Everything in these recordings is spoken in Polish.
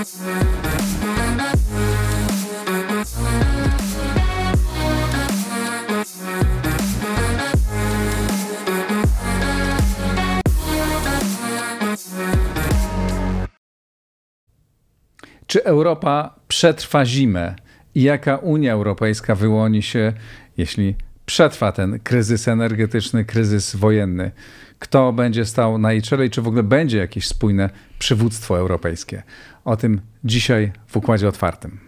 Czy Europa przetrwa zimę i jaka Unia Europejska wyłoni się, jeśli przetrwa ten kryzys energetyczny, kryzys wojenny? Kto będzie stał na jej czele i czy w ogóle będzie jakieś spójne przywództwo europejskie? O tym dzisiaj w Układzie Otwartym.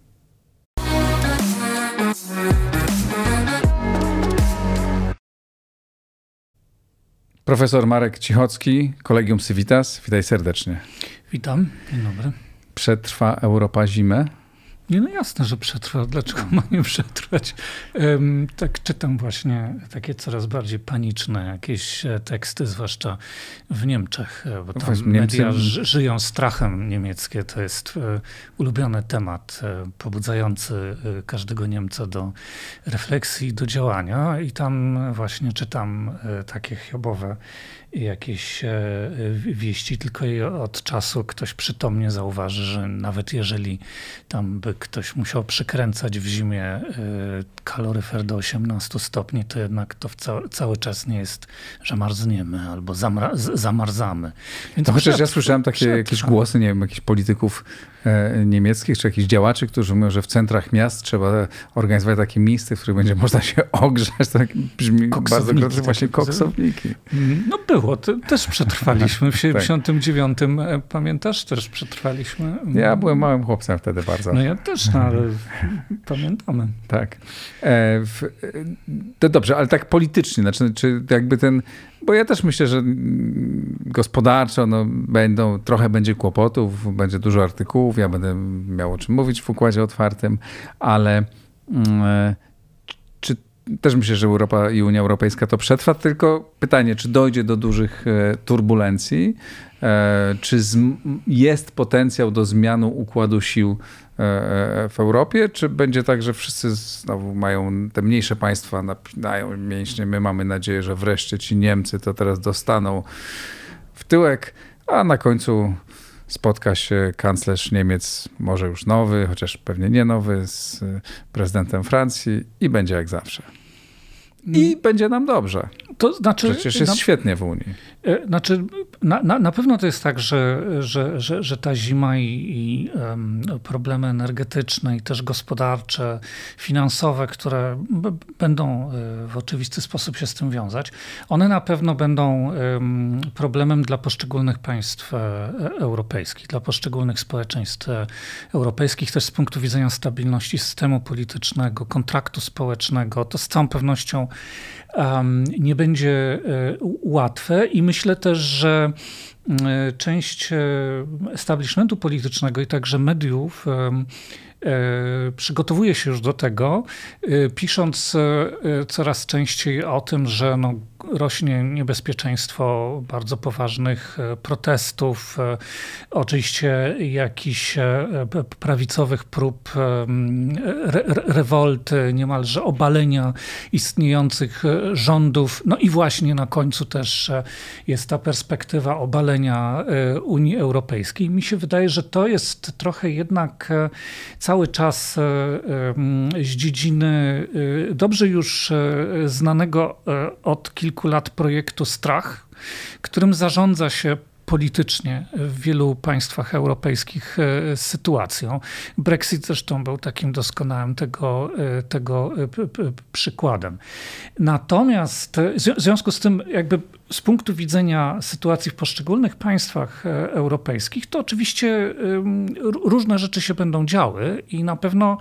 Profesor Marek Cichocki, Collegium Civitas. Witaj serdecznie. Witam, dzień dobry. Przetrwa Europa zimę? Nie, no jasne, że przetrwa. Dlaczego ma nie przetrwać? Tak czytam właśnie takie coraz bardziej paniczne jakieś teksty, zwłaszcza w Niemczech, bo tam media żyją strachem niemieckie. To jest ulubiony temat, pobudzający każdego Niemca do refleksji, do działania. I tam właśnie czytam takie hiobowe jakieś wieści, tylko od czasu ktoś przytomnie zauważy, że nawet jeżeli tam by ktoś musiał przykręcać w zimie kaloryfer do 18 stopni, to jednak to cały czas nie jest, że marzniemy albo zamarzamy. Więc to chociaż ja słyszałem takie jakieś głosy, nie wiem, jakichś polityków niemieckich, czy jakichś działaczy, którzy mówią, że w centrach miast trzeba organizować takie miejsce, w których będzie można się ogrzać. To brzmi bardzo groźnie, właśnie koksowniki. No było, też przetrwaliśmy w 79. Pamiętasz? Też przetrwaliśmy. Ja byłem małym chłopcem wtedy bardzo. No ja też, no, ale pamiętamy. Tak. To dobrze, ale tak politycznie, znaczy, czy jakby ten, bo ja też myślę, że gospodarczo trochę będzie kłopotów, będzie dużo artykułów, ja będę miał o czym mówić w Układzie Otwartym, ale czy też myślę, że Europa i Unia Europejska to przetrwa, tylko pytanie, czy dojdzie do dużych turbulencji, czy jest potencjał do zmiany układu sił w Europie, czy będzie tak, że wszyscy znowu mają, te mniejsze państwa napinają mięśnie, my mamy nadzieję, że wreszcie ci Niemcy to teraz dostaną w tyłek, a na końcu spotka się kanclerz Niemiec, może już nowy, chociaż pewnie nie nowy, z prezydentem Francji i będzie jak zawsze. I będzie nam dobrze. To znaczy, przecież jest świetnie w Unii. Znaczy, na pewno to jest tak, że ta zima i problemy energetyczne i też gospodarcze, finansowe, które będą w oczywisty sposób się z tym wiązać, one na pewno będą problemem dla poszczególnych państw europejskich, dla poszczególnych społeczeństw europejskich, też z punktu widzenia stabilności systemu politycznego, kontraktu społecznego. To z całą pewnością nie będzie łatwe i myślę też, że część establishmentu politycznego i także mediów przygotowuje się już do tego, pisząc coraz częściej o tym, że rośnie niebezpieczeństwo bardzo poważnych protestów, oczywiście jakichś prawicowych prób rewolty, niemalże obalenia istniejących rządów. No i właśnie na końcu też jest ta perspektywa obalenia Unii Europejskiej. Mi się wydaje, że to jest trochę jednak cały czas z dziedziny dobrze już znanego od kilku lat projektu Strach, którym zarządza się politycznie w wielu państwach europejskich sytuacją. Brexit zresztą był takim doskonałym tego przykładem. Natomiast w związku z tym jakby z punktu widzenia sytuacji w poszczególnych państwach europejskich, to oczywiście różne rzeczy się będą działy i na pewno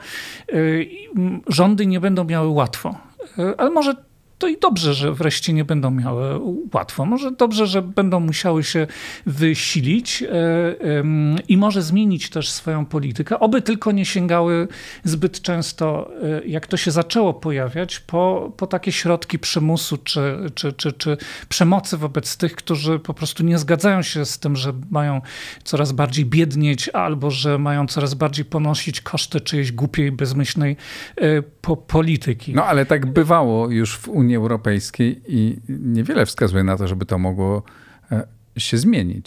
rządy nie będą miały łatwo. Ale może to i dobrze, że wreszcie nie będą miały łatwo. Może dobrze, że będą musiały się wysilić i może zmienić też swoją politykę, oby tylko nie sięgały zbyt często, jak to się zaczęło pojawiać, po takie środki przymusu czy przemocy wobec tych, którzy po prostu nie zgadzają się z tym, że mają coraz bardziej biednieć albo że mają coraz bardziej ponosić koszty czyjejś głupiej, bezmyślnej polityki. No ale tak bywało już w Unii Europejskiej i niewiele wskazuje na to, żeby to mogło się zmienić.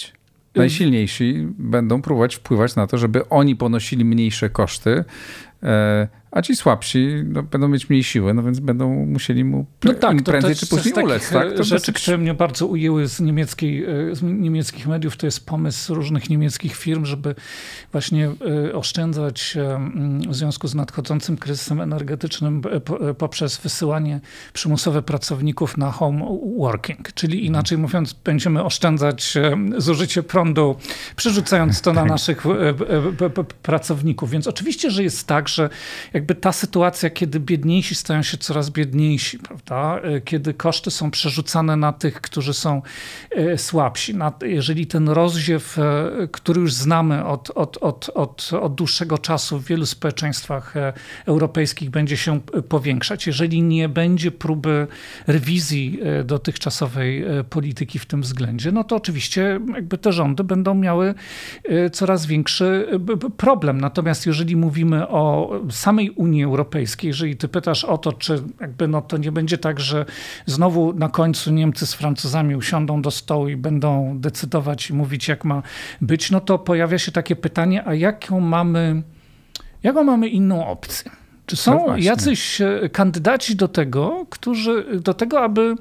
najsilniejsi będą próbować wpływać na to, żeby oni ponosili mniejsze koszty, a ci słabsi będą mieć mniej siły, więc będą musieli mu prędzej czy później ulec. Tak? To rzeczy, które mnie bardzo ujęły z niemieckich mediów, to jest pomysł różnych niemieckich firm, żeby właśnie oszczędzać w związku z nadchodzącym kryzysem energetycznym poprzez wysyłanie przymusowe pracowników na home working. Czyli inaczej mówiąc, będziemy oszczędzać zużycie prądu, przerzucając to na naszych pracowników. Więc oczywiście, że jest tak, że jakby ta sytuacja, kiedy biedniejsi stają się coraz biedniejsi, prawda? Kiedy koszty są przerzucane na tych, którzy są słabsi. Jeżeli ten rozziew, który już znamy od dłuższego czasu w wielu społeczeństwach europejskich będzie się powiększać, jeżeli nie będzie próby rewizji dotychczasowej polityki w tym względzie, no to oczywiście jakby te rządy będą miały coraz większy problem. Natomiast jeżeli mówimy o samej Unii Europejskiej, jeżeli ty pytasz o to, czy jakby to nie będzie tak, że znowu na końcu Niemcy z Francuzami usiądą do stołu i będą decydować i mówić, jak ma być, no to pojawia się takie pytanie, a jaką mamy inną opcję? Czy są jacyś kandydaci do tego, aby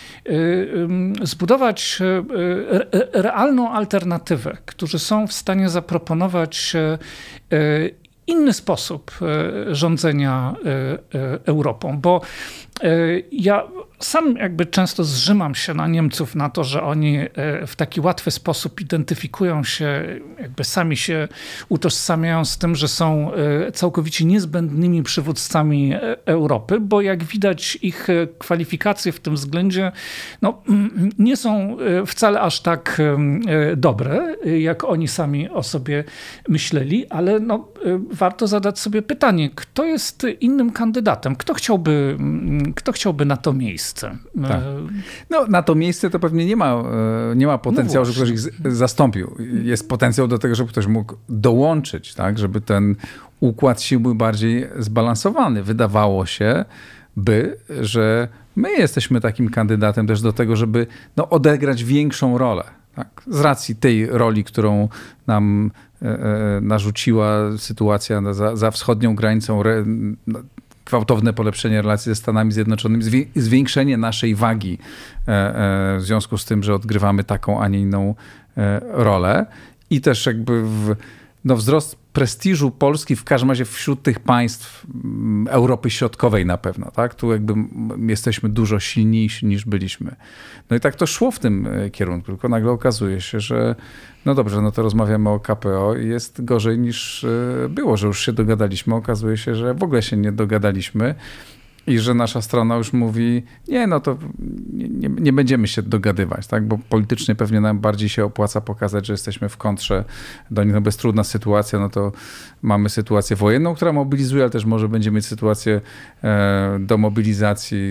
zbudować realną alternatywę, którzy są w stanie zaproponować inny sposób rządzenia Europą, bo ja sam jakby często zrzymam się na Niemców na to, że oni w taki łatwy sposób identyfikują się, jakby sami się utożsamiają z tym, że są całkowicie niezbędnymi przywódcami Europy, bo jak widać ich kwalifikacje w tym względzie nie są wcale aż tak dobre, jak oni sami o sobie myśleli, ale warto zadać sobie pytanie, kto jest innym kandydatem, kto chciałby na to miejsce. Tak. Na to miejsce to pewnie nie ma potencjału, żeby ktoś ich zastąpił. Jest potencjał do tego, żeby ktoś mógł dołączyć, tak? Żeby ten układ sił był bardziej zbalansowany. Wydawało się, że my jesteśmy takim kandydatem też do tego, żeby odegrać większą rolę. Tak? Z racji tej roli, którą nam narzuciła sytuacja za wschodnią granicą, gwałtowne polepszenie relacji ze Stanami Zjednoczonymi, zwiększenie naszej wagi w związku z tym, że odgrywamy taką, a nie inną rolę i też jakby wzrost prestiżu Polski w każdym razie wśród tych państw Europy Środkowej na pewno. Tak? Tu jakby jesteśmy dużo silniejsi niż byliśmy. I tak to szło w tym kierunku, tylko nagle okazuje się, że dobrze, to rozmawiamy o KPO i jest gorzej niż było, że już się dogadaliśmy. Okazuje się, że w ogóle się nie dogadaliśmy i że nasza strona już mówi, nie będziemy się dogadywać, tak? Bo politycznie pewnie nam bardziej się opłaca pokazać, że jesteśmy w kontrze do nich, bo jest trudna sytuacja, to mamy sytuację wojenną, która mobilizuje, ale też może będziemy mieć sytuację do mobilizacji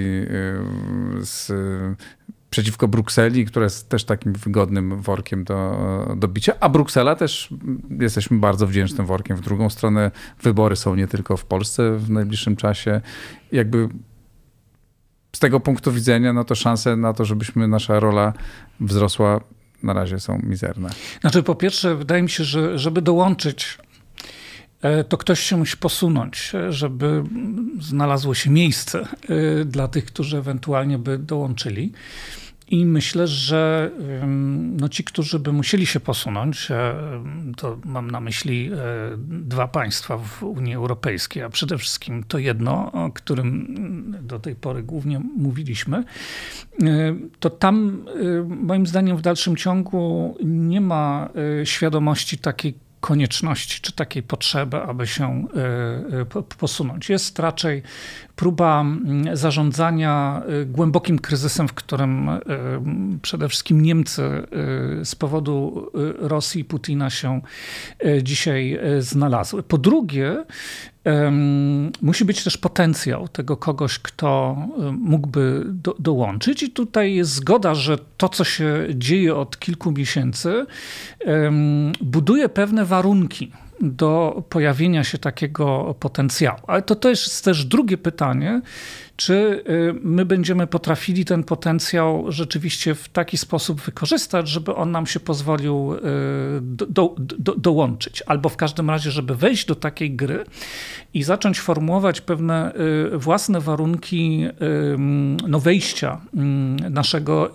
przeciwko Brukseli, która jest też takim wygodnym workiem do bicia, a Bruksela też jesteśmy bardzo wdzięcznym workiem. W drugą stronę wybory są nie tylko w Polsce w najbliższym czasie. Jakby z tego punktu widzenia, to szanse na to, żebyśmy nasza rola wzrosła, na razie są mizerne. Znaczy, po pierwsze, wydaje mi się, że żeby dołączyć, to ktoś się musi posunąć, żeby znalazło się miejsce dla tych, którzy ewentualnie by dołączyli. I myślę, że ci, którzy by musieli się posunąć, to mam na myśli dwa państwa w Unii Europejskiej, a przede wszystkim to jedno, o którym do tej pory głównie mówiliśmy, to tam moim zdaniem w dalszym ciągu nie ma świadomości takiej konieczności czy takiej potrzeby, aby się posunąć. Jest raczej próba zarządzania głębokim kryzysem, w którym przede wszystkim Niemcy z powodu Rosji i Putina się dzisiaj znalazły. Po drugie, musi być też potencjał tego kogoś, kto mógłby dołączyć i tutaj jest zgoda, że to, co się dzieje od kilku miesięcy, buduje pewne warunki do pojawienia się takiego potencjału. Ale to jest też drugie pytanie, czy my będziemy potrafili ten potencjał rzeczywiście w taki sposób wykorzystać, żeby on nam się pozwolił dołączyć, albo w każdym razie, żeby wejść do takiej gry i zacząć formułować pewne własne warunki wejścia naszego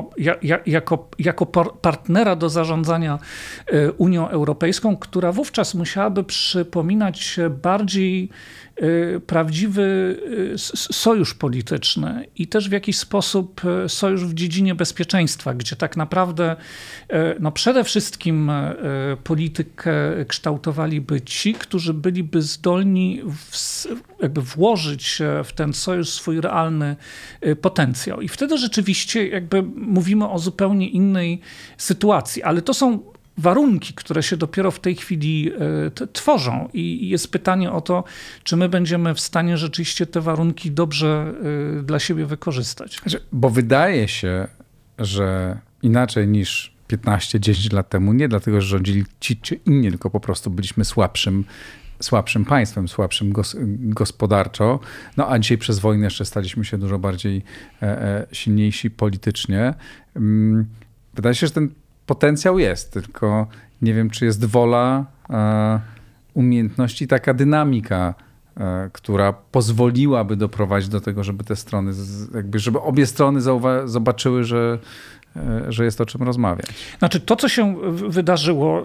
jako partnera do zarządzania Unią Europejską, która wówczas musiałaby przypominać bardziej prawdziwy sojusz polityczny i też w jakiś sposób sojusz w dziedzinie bezpieczeństwa, gdzie tak naprawdę przede wszystkim politykę kształtowaliby ci, którzy byliby zdolni jakby włożyć w ten sojusz swój realny potencjał. I wtedy rzeczywiście jakby mówimy o zupełnie innej sytuacji, ale to są warunki, które się dopiero w tej chwili tworzą i jest pytanie o to, czy my będziemy w stanie rzeczywiście te warunki dobrze dla siebie wykorzystać. Bo wydaje się, że inaczej niż 15-10 lat temu, nie dlatego, że rządzili ci czy inni, tylko po prostu byliśmy słabszym państwem, słabszym gospodarczo, a dzisiaj przez wojnę jeszcze staliśmy się dużo bardziej silniejsi politycznie. Wydaje się, że ten potencjał jest, tylko nie wiem, czy jest wola, umiejętności, taka dynamika, która pozwoliłaby doprowadzić do tego, żeby te strony, żeby obie strony zobaczyły, że jest o czym rozmawiać. Znaczy to, co się wydarzyło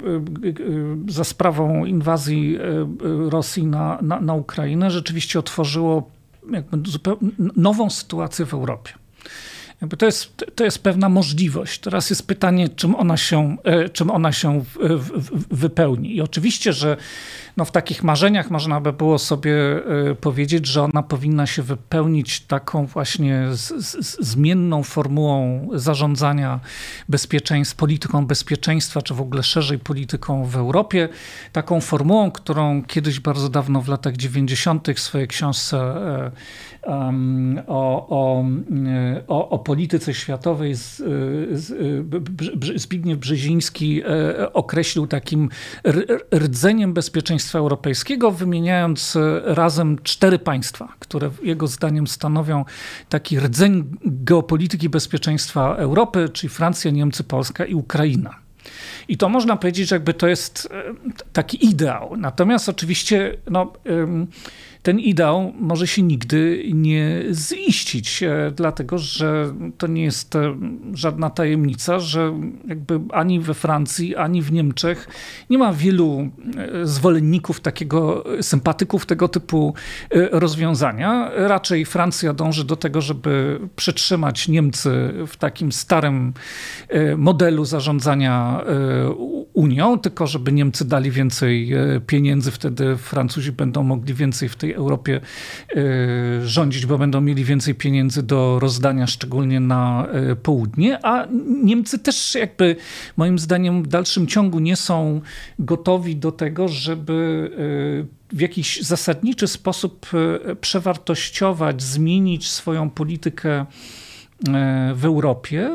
za sprawą inwazji Rosji na Ukrainę, rzeczywiście otworzyło jakby zupełnie nową sytuację w Europie. To jest pewna możliwość. Teraz jest pytanie, czym ona się wypełni. I oczywiście, że w takich marzeniach można by było sobie powiedzieć, że ona powinna się wypełnić taką właśnie zmienną formułą zarządzania polityką bezpieczeństwa, czy w ogóle szerzej polityką w Europie. Taką formułą, którą kiedyś bardzo dawno w latach 90. w swojej książce o polityce światowej Zbigniew Brzeziński określił takim rdzeniem bezpieczeństwa europejskiego, wymieniając razem 4 państwa, które jego zdaniem stanowią taki rdzeń geopolityki bezpieczeństwa Europy, czyli Francja, Niemcy, Polska i Ukraina. I to można powiedzieć, że jakby to jest taki ideał. Natomiast oczywiście ten ideał może się nigdy nie ziścić, dlatego że to nie jest żadna tajemnica, że jakby ani we Francji, ani w Niemczech nie ma wielu zwolenników sympatyków tego typu rozwiązania. Raczej Francja dąży do tego, żeby przytrzymać Niemcy w takim starym modelu zarządzania Unią, tylko żeby Niemcy dali więcej pieniędzy, wtedy Francuzi będą mogli więcej w tej Europie rządzić, bo będą mieli więcej pieniędzy do rozdania, szczególnie na południe, a Niemcy też jakby moim zdaniem w dalszym ciągu nie są gotowi do tego, żeby w jakiś zasadniczy sposób przewartościować, zmienić swoją politykę w Europie.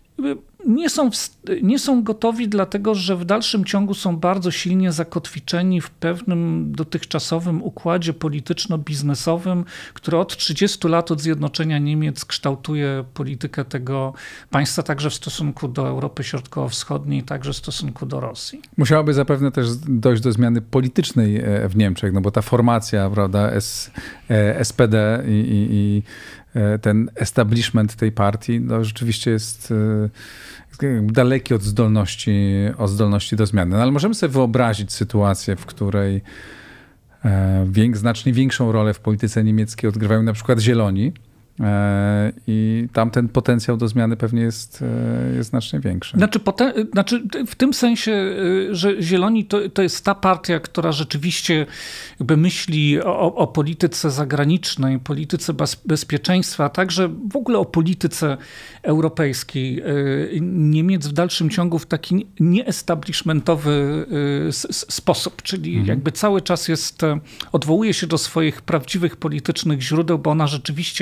Nie są gotowi, dlatego że w dalszym ciągu są bardzo silnie zakotwiczeni w pewnym dotychczasowym układzie polityczno-biznesowym, który od 30 lat od zjednoczenia Niemiec kształtuje politykę tego państwa także w stosunku do Europy Środkowo-Wschodniej, także w stosunku do Rosji. Musiałoby zapewne też dojść do zmiany politycznej w Niemczech, bo ta formacja, prawda, SPD i ten establishment tej partii rzeczywiście jest daleki od zdolności do zmiany. Ale możemy sobie wyobrazić sytuację, w której znacznie większą rolę w polityce niemieckiej odgrywają na przykład Zieloni i tam ten potencjał do zmiany pewnie jest znacznie większy. Znaczy w tym sensie, że Zieloni to jest ta partia, która rzeczywiście jakby myśli o polityce zagranicznej, polityce bezpieczeństwa, a także w ogóle o polityce europejskiej Niemiec w dalszym ciągu w taki nieestablishmentowy sposób, czyli jakby cały czas odwołuje się do swoich prawdziwych politycznych źródeł, bo ona rzeczywiście, ta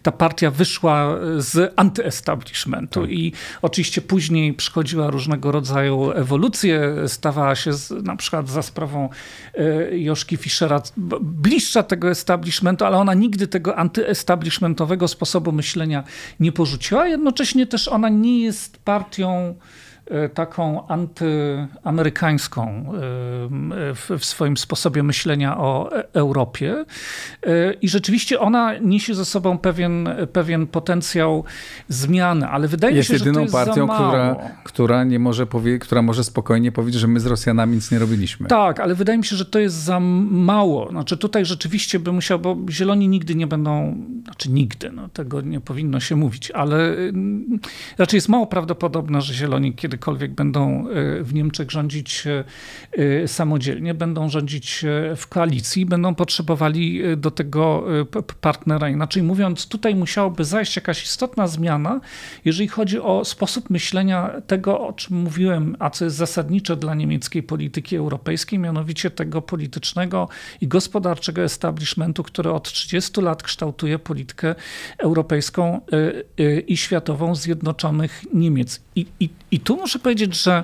ta partia wyszła z antyestablishmentu i oczywiście później przychodziła różnego rodzaju ewolucje, stawała się na przykład za sprawą Joszki Fischera bliższa tego establishmentu, ale ona nigdy tego antyestablishmentowego sposobu myślenia nie porzuciła. Jednocześnie też ona nie jest partią taką antyamerykańską w swoim sposobie myślenia o Europie. I rzeczywiście ona niesie ze sobą pewien potencjał zmiany, ale wydaje mi się, że to jest partią, za mało. która może spokojnie powiedzieć, że my z Rosjanami nic nie robiliśmy. Tak, ale wydaje mi się, że to jest za mało. Znaczy tutaj rzeczywiście by musiał, bo Zieloni nigdy nie będą, nigdy, tego nie powinno się mówić, ale raczej jest mało prawdopodobne, że Zieloni kiedykolwiek będą w Niemczech rządzić samodzielnie, będą rządzić w koalicji, będą potrzebowali do tego partnera. Inaczej mówiąc, tutaj musiałoby zajść jakaś istotna zmiana, jeżeli chodzi o sposób myślenia tego, o czym mówiłem, a co jest zasadnicze dla niemieckiej polityki europejskiej, mianowicie tego politycznego i gospodarczego establishmentu, który od 30 lat kształtuje politykę europejską i światową Zjednoczonych Niemiec. I tu muszę powiedzieć, że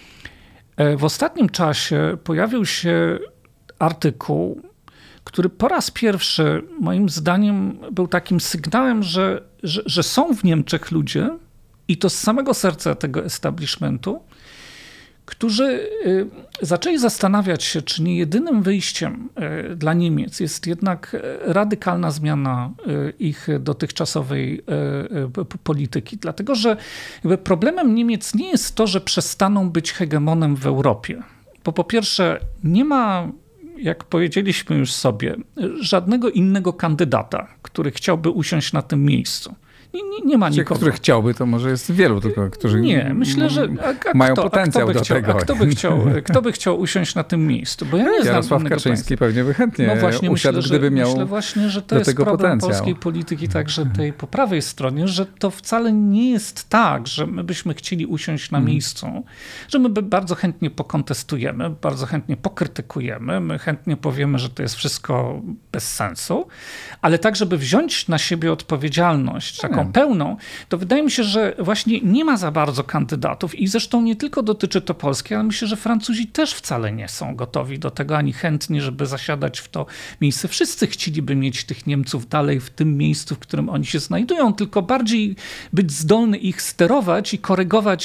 w ostatnim czasie pojawił się artykuł, który po raz pierwszy moim zdaniem był takim sygnałem, że są w Niemczech ludzie i to z samego serca tego establishmentu, którzy zaczęli zastanawiać się, czy nie jedynym wyjściem dla Niemiec jest jednak radykalna zmiana ich dotychczasowej polityki. Dlatego, że problemem Niemiec nie jest to, że przestaną być hegemonem w Europie. Bo po pierwsze nie ma, jak powiedzieliśmy już sobie, żadnego innego kandydata, który chciałby usiąść na tym miejscu. Nie ma nikogo. Który chciałby, to może jest wielu, tylko którzy nie, myślę, że mają potencjał do tego. Kto by chciał usiąść na tym miejscu? Bo ja nie znam Jarosław Kaczyński pewnie by chętnie usiadł, gdyby miał myślę właśnie, że to do jest tego problem potencjał. Polskiej polityki, także tej po prawej stronie, że to wcale nie jest tak, że my byśmy chcieli usiąść na miejscu, że my bardzo chętnie pokontestujemy, bardzo chętnie pokrytykujemy, my chętnie powiemy, że to jest wszystko bez sensu, ale tak, żeby wziąć na siebie odpowiedzialność, taką pełną, to wydaje mi się, że właśnie nie ma za bardzo kandydatów i zresztą nie tylko dotyczy to Polski, ale myślę, że Francuzi też wcale nie są gotowi do tego, ani chętni, żeby zasiadać w to miejsce. Wszyscy chcieliby mieć tych Niemców dalej w tym miejscu, w którym oni się znajdują, tylko bardziej być zdolny ich sterować i korygować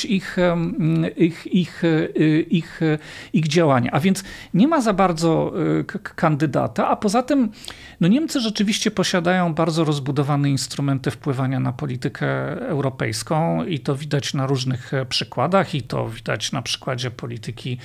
ich działania. A więc nie ma za bardzo kandydata, a poza tym Niemcy rzeczywiście posiadają bardzo rozbudowane instrumenty wpływania na politykę europejską i to widać na różnych przykładach i to widać na przykładzie polityki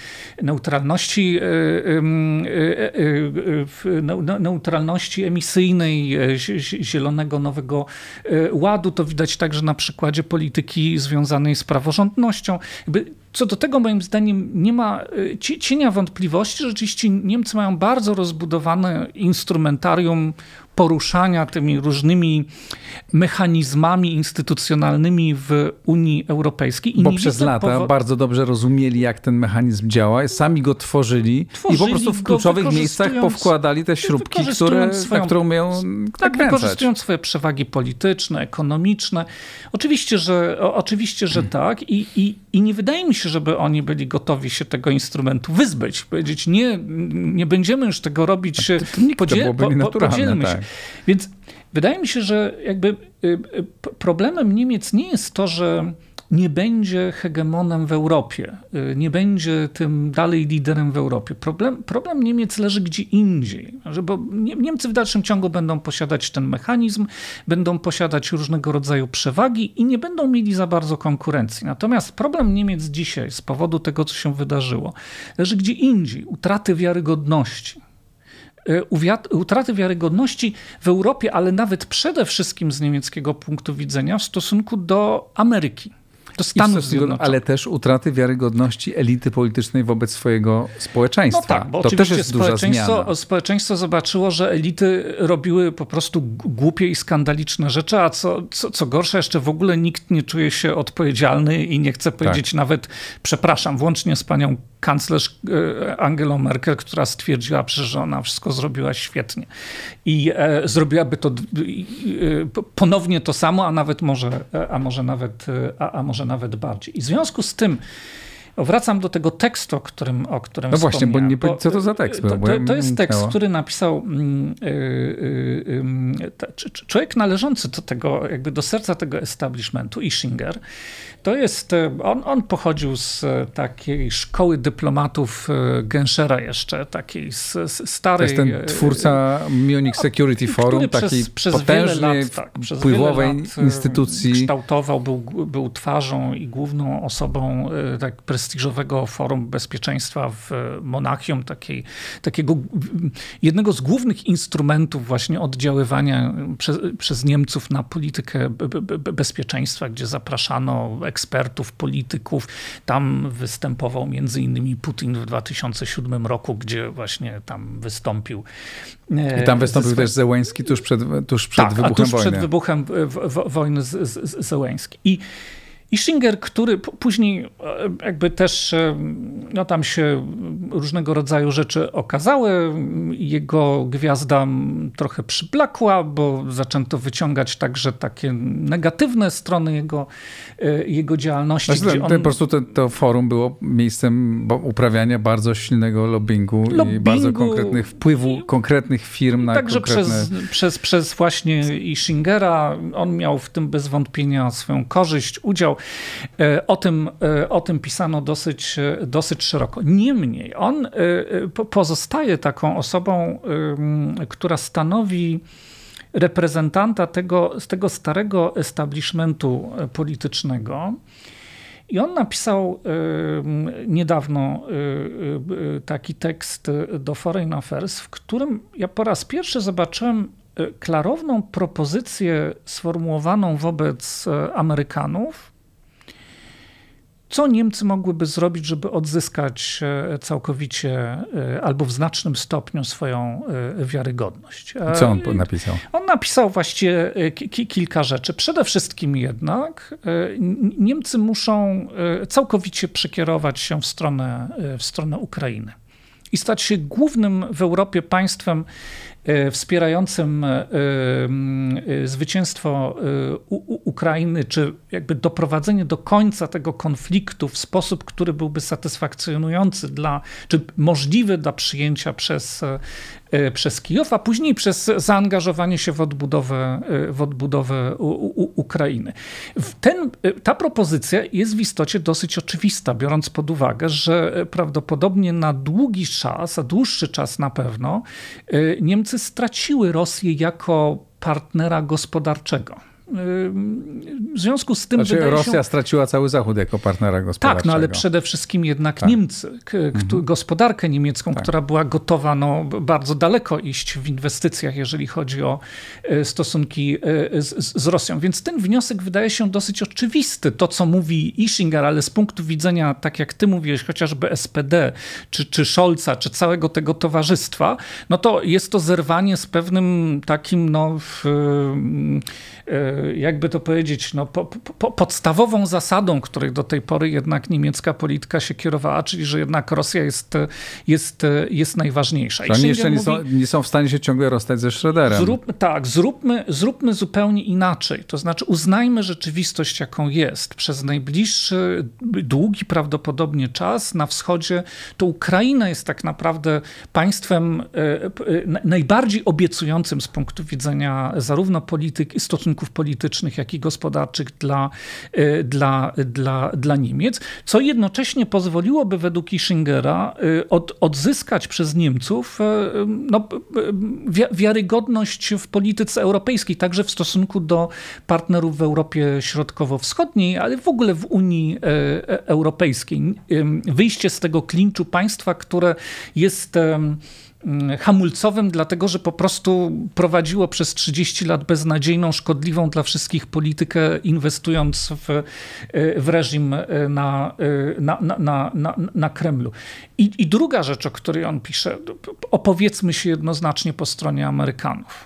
neutralności emisyjnej, Zielonego Nowego Ładu, to widać także na przykładzie polityki związanej z praworządnością. Co do tego moim zdaniem nie ma cienia wątpliwości. Rzeczywiście Niemcy mają bardzo rozbudowane instrumentarium poruszania tymi różnymi mechanizmami instytucjonalnymi w Unii Europejskiej. Bo przez lata bardzo dobrze rozumieli, jak ten mechanizm działa. Sami go tworzyli i po prostu w kluczowych miejscach powkładali te śrubki, na które umieją nakręcać. Wykorzystując swoje przewagi polityczne, ekonomiczne. Oczywiście, że tak. I nie wydaje mi się, żeby oni byli gotowi się tego instrumentu wyzbyć. Powiedzieć, nie będziemy już tego robić, podzielmy się. Więc wydaje mi się, że jakby problemem Niemiec nie jest to, że nie będzie hegemonem w Europie, nie będzie tym dalej liderem w Europie. Problem Niemiec leży gdzie indziej, bo Niemcy w dalszym ciągu będą posiadać ten mechanizm, będą posiadać różnego rodzaju przewagi i nie będą mieli za bardzo konkurencji. Natomiast problem Niemiec dzisiaj z powodu tego, co się wydarzyło, leży gdzie indziej, utraty wiarygodności. Utraty wiarygodności w Europie, ale nawet przede wszystkim z niemieckiego punktu widzenia w stosunku do Ameryki. do Stanów Zjednoczonych. Ale też utraty wiarygodności elity politycznej wobec swojego społeczeństwa. No tak, bo to oczywiście też jest duża zmiana. Społeczeństwo zobaczyło, że elity robiły po prostu głupie i skandaliczne rzeczy, a co gorsza, jeszcze w ogóle nikt nie czuje się odpowiedzialny i nie chce powiedzieć nawet przepraszam, włącznie z panią kanclerz Angelą Merkel, która stwierdziła, że ona wszystko zrobiła świetnie. I zrobiłaby to ponownie to samo, a może nawet bardziej. I w związku z tym wracam do tego tekstu, o którym no właśnie, bo co to za tekst? To jest tekst, który napisał człowiek należący do tego, jakby do serca tego establishmentu, Ischinger. To jest, on pochodził z takiej szkoły dyplomatów Genschera jeszcze, takiej starej. To jest ten twórca Munich Security Forum, takiej potężnej, wpływowej instytucji. Kształtował, był twarzą i główną osobą tak prestiżowego Forum Bezpieczeństwa w Monachium, takiego jednego z głównych instrumentów właśnie oddziaływania przez Niemców na politykę bezpieczeństwa, gdzie zapraszano ekspertów, polityków. Tam występował między innymi Putin w 2007 roku, gdzie właśnie tam wystąpił. I tam wystąpił też Zełenski tuż przed wybuchem wojny. Przed wybuchem wojny Zełenski. I Ischinger, który później jakby też, no tam się różnego rodzaju rzeczy okazały, jego gwiazda trochę przyblakła, bo zaczęto wyciągać także takie negatywne strony jego działalności. Znaczy, po prostu to forum było miejscem uprawiania bardzo silnego lobbingu i bardzo konkretnych wpływu konkretnych firm na także konkretne... przez właśnie Ischingera. On miał w tym bez wątpienia swoją korzyść, udział. O tym pisano dosyć szeroko. Niemniej on pozostaje taką osobą, która stanowi reprezentanta z tego starego establishmentu politycznego. I on napisał niedawno taki tekst do Foreign Affairs, w którym ja po raz pierwszy zobaczyłem klarowną propozycję sformułowaną wobec Amerykanów, co Niemcy mogłyby zrobić, żeby odzyskać całkowicie albo w znacznym stopniu swoją wiarygodność. Co on napisał? On napisał właściwie kilka rzeczy. Przede wszystkim jednak Niemcy muszą całkowicie przekierować się w stronę Ukrainy i stać się głównym w Europie państwem wspierającym zwycięstwo Ukrainy, czy jakby doprowadzenie do końca tego konfliktu w sposób, który byłby satysfakcjonujący czy możliwy dla przyjęcia przez Kijów, a później przez zaangażowanie się w odbudowę Ukrainy. Ta propozycja jest w istocie dosyć oczywista, biorąc pod uwagę, że prawdopodobnie na długi czas, a dłuższy czas na pewno, Niemcy straciły Rosję jako partnera gospodarczego. W związku z tym Rosja straciła cały Zachód jako partnera gospodarczego. Tak, no ale przede wszystkim jednak Niemcy, gospodarkę niemiecką, która była gotowa bardzo daleko iść w inwestycjach, jeżeli chodzi o stosunki z Rosją. Więc ten wniosek wydaje się dosyć oczywisty. To, co mówi Ischinger, ale z punktu widzenia, tak jak ty mówiłeś, chociażby SPD, czy Scholza, czy całego tego towarzystwa, no to jest to zerwanie z pewnym takim, jakby to powiedzieć, podstawową zasadą, której do tej pory jednak niemiecka polityka się kierowała, czyli że jednak Rosja jest najważniejsza. Oni jeszcze nie są w stanie się ciągle rozstać ze Schröderem. Zróbmy zupełnie inaczej. To znaczy uznajmy rzeczywistość, jaką jest. Przez najbliższy, długi prawdopodobnie czas na wschodzie to Ukraina jest tak naprawdę państwem najbardziej obiecującym z punktu widzenia zarówno stosunków politycznych, jak i gospodarczych dla Niemiec, co jednocześnie pozwoliłoby według Ischingera odzyskać przez Niemców wiarygodność w polityce europejskiej, także w stosunku do partnerów w Europie Środkowo-Wschodniej, ale w ogóle w Unii Europejskiej. Wyjście z tego klinczu państwa, które jest hamulcowym, dlatego że po prostu prowadziło przez 30 lat beznadziejną, szkodliwą dla wszystkich politykę, inwestując w reżim na Kremlu. I druga rzecz, o której on pisze, opowiedzmy się jednoznacznie po stronie Amerykanów.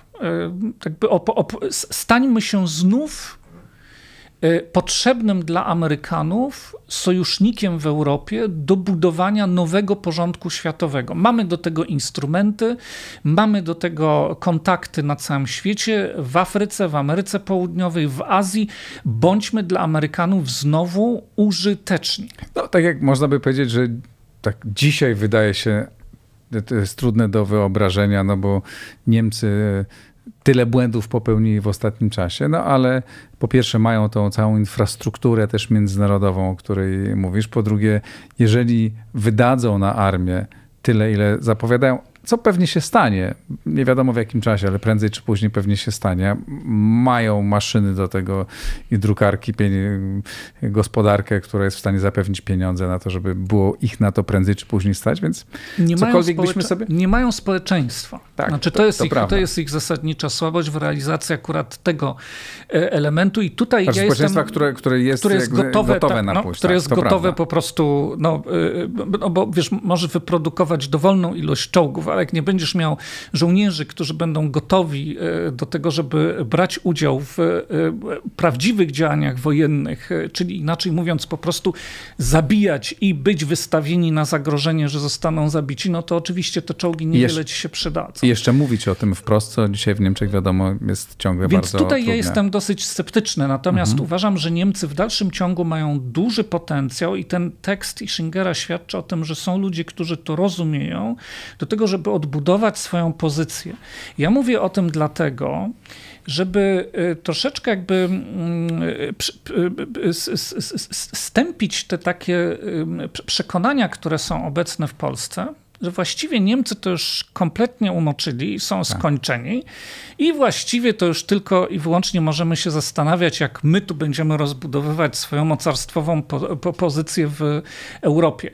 Stańmy się znów potrzebnym dla Amerykanów sojusznikiem w Europie do budowania nowego porządku światowego. Mamy do tego instrumenty, mamy do tego kontakty na całym świecie, w Afryce, w Ameryce Południowej, w Azji. Bądźmy dla Amerykanów znowu użyteczni. No, tak jak można by powiedzieć, że tak dzisiaj wydaje się, to jest trudne do wyobrażenia, no bo Niemcy tyle błędów popełnili w ostatnim czasie, no ale po pierwsze mają tą całą infrastrukturę też międzynarodową, o której mówisz. Po drugie, jeżeli wydadzą na armię tyle, ile zapowiadają, co pewnie się stanie, nie wiadomo w jakim czasie, ale prędzej czy później pewnie się stanie. Mają maszyny do tego i drukarki, gospodarkę, która jest w stanie zapewnić pieniądze na to, żeby było ich na to prędzej czy później stać, więc cokolwiek byśmy sobie... Nie mają społeczeństwa. Tak, znaczy, to jest ich zasadnicza słabość w realizacji akurat tego elementu i tutaj znaczy, społeczeństwa, które jest gotowe na pójść. Które jest gotowe po prostu, bo wiesz, może wyprodukować dowolną ilość czołgów, ale jak nie będziesz miał żołnierzy, którzy będą gotowi do tego, żeby brać udział w prawdziwych działaniach wojennych, czyli inaczej mówiąc po prostu zabijać i być wystawieni na zagrożenie, że zostaną zabici, no to oczywiście te czołgi niewiele ci się przydadzą. I jeszcze mówić o tym wprost, co dzisiaj w Niemczech wiadomo jest ciągle Więc bardzo tutaj trudne. Ja jestem dosyć sceptyczny, natomiast uważam, że Niemcy w dalszym ciągu mają duży potencjał i ten tekst Ischingera świadczy o tym, że są ludzie, którzy to rozumieją, do tego, żeby odbudować swoją pozycję. Ja mówię o tym dlatego, żeby troszeczkę jakby stępić te takie przekonania, które są obecne w Polsce, że właściwie Niemcy to już kompletnie umoczyli, są skończeni i właściwie to już tylko i wyłącznie możemy się zastanawiać, jak my tu będziemy rozbudowywać swoją mocarstwową pozycję w Europie.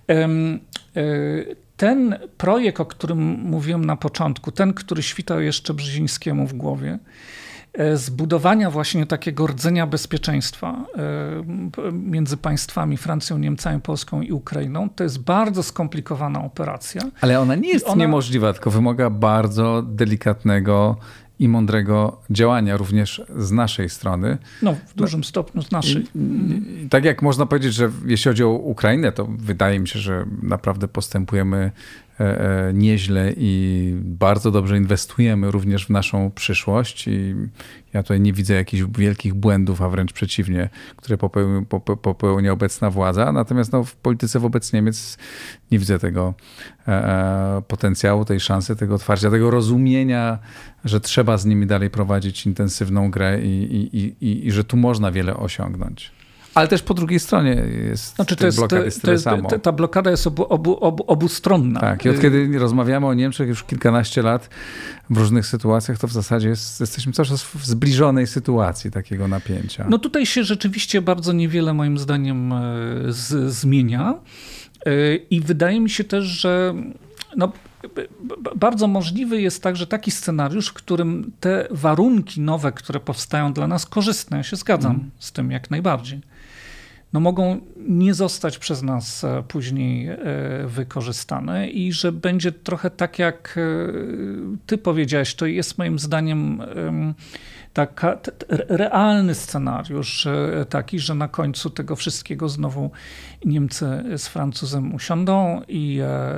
Ten projekt, o którym mówiłem na początku, ten, który świtał jeszcze Brzezińskiemu w głowie, zbudowania właśnie takiego rdzenia bezpieczeństwa między państwami Francją, Niemcami, Polską i Ukrainą, to jest bardzo skomplikowana operacja. Ale ona nie jest niemożliwa, tylko wymaga bardzo delikatnego i mądrego działania również z naszej strony. No, w dużym stopniu z naszej. I tak jak można powiedzieć, że jeśli chodzi o Ukrainę, to wydaje mi się, że naprawdę postępujemy nieźle i bardzo dobrze inwestujemy również w naszą przyszłość i ja tutaj nie widzę jakichś wielkich błędów, a wręcz przeciwnie, które popełnia obecna władza. Natomiast w polityce wobec Niemiec nie widzę tego potencjału, tej szansy, tego otwarcia, tego rozumienia, że trzeba z nimi dalej prowadzić intensywną grę i że tu można wiele osiągnąć. Ale też po drugiej stronie jest blokad jest tyle samo. Ta blokada jest obustronna. Tak, i od kiedy rozmawiamy o Niemczech już kilkanaście lat w różnych sytuacjach, to w zasadzie jesteśmy cały czas w zbliżonej sytuacji takiego napięcia. No tutaj się rzeczywiście bardzo niewiele moim zdaniem zmienia i wydaje mi się też, że bardzo możliwy jest także taki scenariusz, w którym te warunki nowe, które powstają dla nas korzystne, ja się zgadzam z tym jak najbardziej, mogą nie zostać przez nas później wykorzystane i że będzie trochę tak, jak ty powiedziałeś, to jest moim zdaniem realny scenariusz taki, że na końcu tego wszystkiego znowu Niemcy z Francuzem usiądą i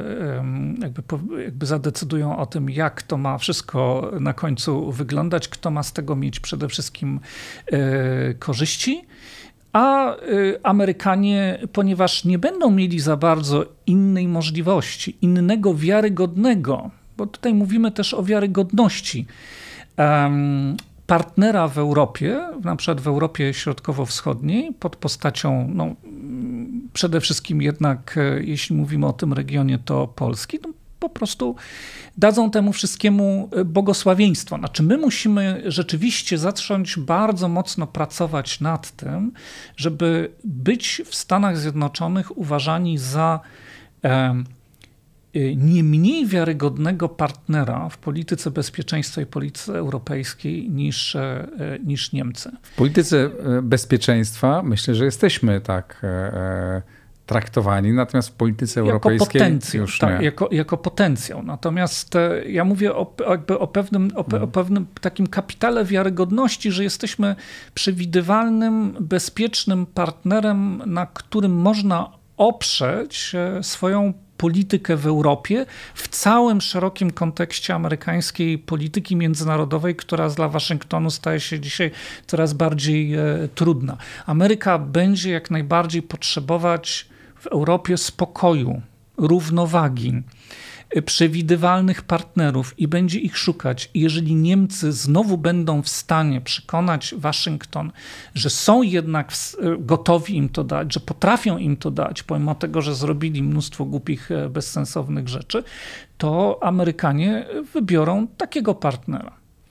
jakby zadecydują o tym, jak to ma wszystko na końcu wyglądać, kto ma z tego mieć przede wszystkim korzyści. A Amerykanie, ponieważ nie będą mieli za bardzo innej możliwości, innego wiarygodnego, bo tutaj mówimy też o wiarygodności partnera w Europie, na przykład w Europie Środkowo-Wschodniej, pod postacią, przede wszystkim jednak, jeśli mówimy o tym regionie, to Polski, po prostu dadzą temu wszystkiemu błogosławieństwo. Znaczy my musimy rzeczywiście zacząć bardzo mocno pracować nad tym, żeby być w Stanach Zjednoczonych uważani za nie mniej wiarygodnego partnera w polityce bezpieczeństwa i polityce europejskiej niż Niemcy. W polityce bezpieczeństwa myślę, że jesteśmy tak traktowani, natomiast w polityce europejskiej już nie. Jako potencjał. Natomiast ja mówię o pewnym takim kapitale wiarygodności, że jesteśmy przewidywalnym, bezpiecznym partnerem, na którym można oprzeć swoją politykę w Europie w całym szerokim kontekście amerykańskiej polityki międzynarodowej, która dla Waszyngtonu staje się dzisiaj coraz bardziej trudna. Ameryka będzie jak najbardziej potrzebować w Europie spokoju, równowagi, przewidywalnych partnerów i będzie ich szukać. I jeżeli Niemcy znowu będą w stanie przekonać Waszyngton, że są jednak gotowi im to dać, że potrafią im to dać, pomimo tego, że zrobili mnóstwo głupich, bezsensownych rzeczy, to Amerykanie wybiorą takiego partnera.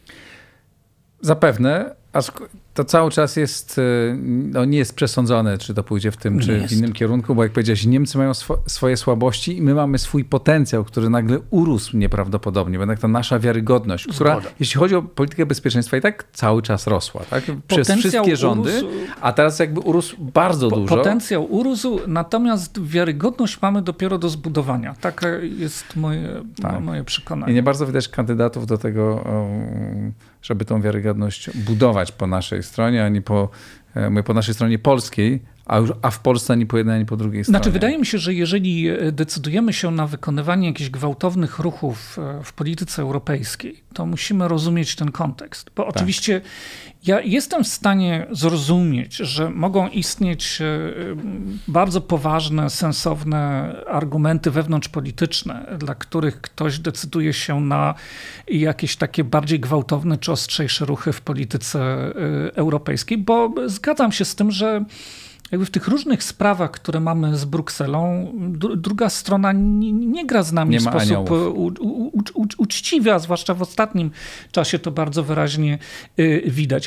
Zapewne, aż to cały czas jest, nie jest przesądzone, czy to pójdzie w tym, czy w innym kierunku, bo jak powiedziałeś, Niemcy mają swoje słabości i my mamy swój potencjał, który nagle urósł nieprawdopodobnie, bo jednak ta nasza wiarygodność, która, jeśli chodzi o politykę bezpieczeństwa, i tak cały czas rosła, tak? Przez wszystkie rządy, a teraz jakby urósł bardzo dużo. Potencjał urósł, natomiast wiarygodność mamy dopiero do zbudowania. Takie jest moje przekonanie. I nie bardzo widać kandydatów do tego, żeby tą wiarygodność budować po naszej stronie, ani po naszej stronie polskiej, a w Polsce ani po jednej, ani po drugiej stronie. Znaczy, wydaje mi się, że jeżeli decydujemy się na wykonywanie jakichś gwałtownych ruchów w polityce europejskiej, to musimy rozumieć ten kontekst. Bo oczywiście ja jestem w stanie zrozumieć, że mogą istnieć bardzo poważne, sensowne argumenty wewnątrzpolityczne, dla których ktoś decyduje się na jakieś takie bardziej gwałtowne czy ostrzejsze ruchy w polityce europejskiej, bo zgadzam się z tym, że jakby w tych różnych sprawach, które mamy z Brukselą, druga strona nie gra z nami w sposób uczciwy, a zwłaszcza w ostatnim czasie to bardzo wyraźnie widać.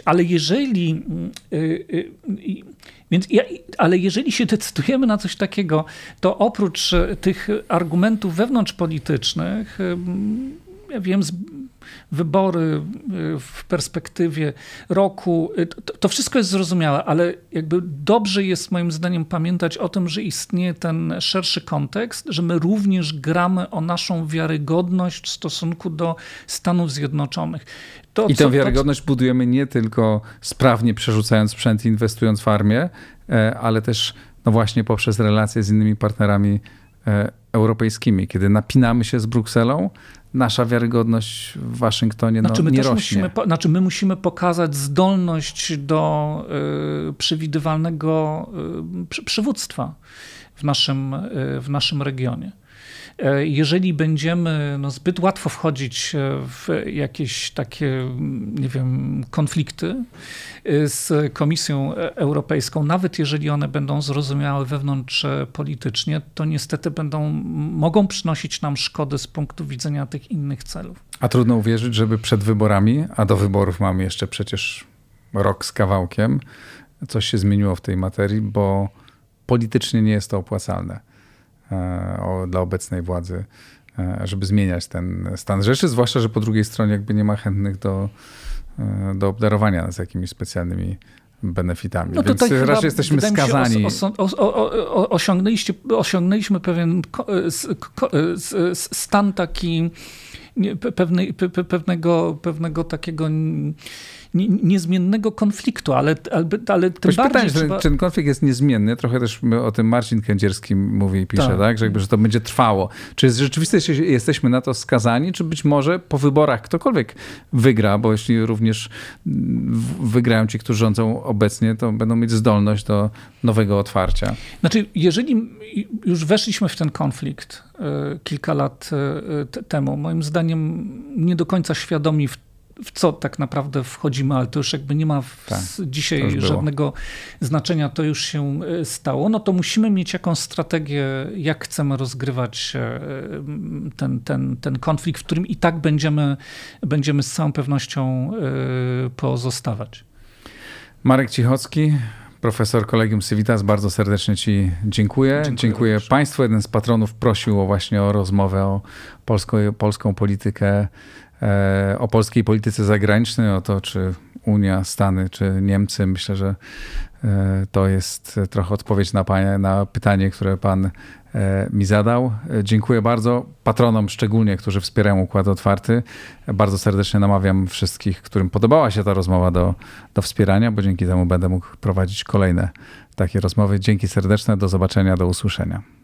Ale jeżeli się decydujemy na coś takiego, to oprócz tych argumentów wewnątrzpolitycznych, ja wiem, wybory w perspektywie roku, to wszystko jest zrozumiałe, ale jakby dobrze jest moim zdaniem pamiętać o tym, że istnieje ten szerszy kontekst, że my również gramy o naszą wiarygodność w stosunku do Stanów Zjednoczonych. I tę wiarygodność budujemy nie tylko sprawnie przerzucając sprzęt i inwestując w armię, ale też właśnie poprzez relacje z innymi partnerami europejskimi. Kiedy napinamy się z Brukselą, nasza wiarygodność w Waszyngtonie nie rośnie. My musimy pokazać zdolność do przewidywalnego przywództwa w naszym regionie. Jeżeli będziemy zbyt łatwo wchodzić w jakieś takie, nie wiem, konflikty z Komisją Europejską, nawet jeżeli one będą zrozumiałe wewnątrzpolitycznie, to niestety mogą przynosić nam szkody z punktu widzenia tych innych celów. A trudno uwierzyć, żeby przed wyborami, a do wyborów mamy jeszcze przecież rok z kawałkiem, coś się zmieniło w tej materii, bo politycznie nie jest to opłacalne dla obecnej władzy, żeby zmieniać ten stan rzeczy, zwłaszcza, że po drugiej stronie jakby nie ma chętnych do obdarowania nas jakimiś specjalnymi benefitami. Więc raczej jesteśmy skazani. Osiągnęliśmy pewien stan taki pewnego takiego niezmiennego konfliktu, ale tym bardziej czy ten konflikt jest niezmienny? Trochę też o tym Marcin Kędzierski mówi i pisze, tak? Że to będzie trwało. Czy rzeczywiście jesteśmy na to skazani, czy być może po wyborach ktokolwiek wygra, bo jeśli również wygrają ci, którzy rządzą obecnie, to będą mieć zdolność do nowego otwarcia. Znaczy, jeżeli już weszliśmy w ten konflikt kilka lat temu, moim zdaniem nie do końca świadomi w co tak naprawdę wchodzimy, ale to już jakby nie ma dzisiaj żadnego znaczenia, to już się stało, no to musimy mieć jakąś strategię, jak chcemy rozgrywać ten konflikt, w którym i tak będziemy z całą pewnością pozostawać. Marek Cichocki, profesor Collegium Civitas, bardzo serdecznie Ci dziękuję. Dziękuję Państwu. Jeden z patronów prosił właśnie o rozmowę o polską politykę, o polskiej polityce zagranicznej, o to, czy Unia, Stany, czy Niemcy. Myślę, że to jest trochę odpowiedź na pytanie, które Pan mi zadał. Dziękuję bardzo patronom szczególnie, którzy wspierają Układ Otwarty. Bardzo serdecznie namawiam wszystkich, którym podobała się ta rozmowa do wspierania, bo dzięki temu będę mógł prowadzić kolejne takie rozmowy. Dzięki serdeczne, do zobaczenia, do usłyszenia.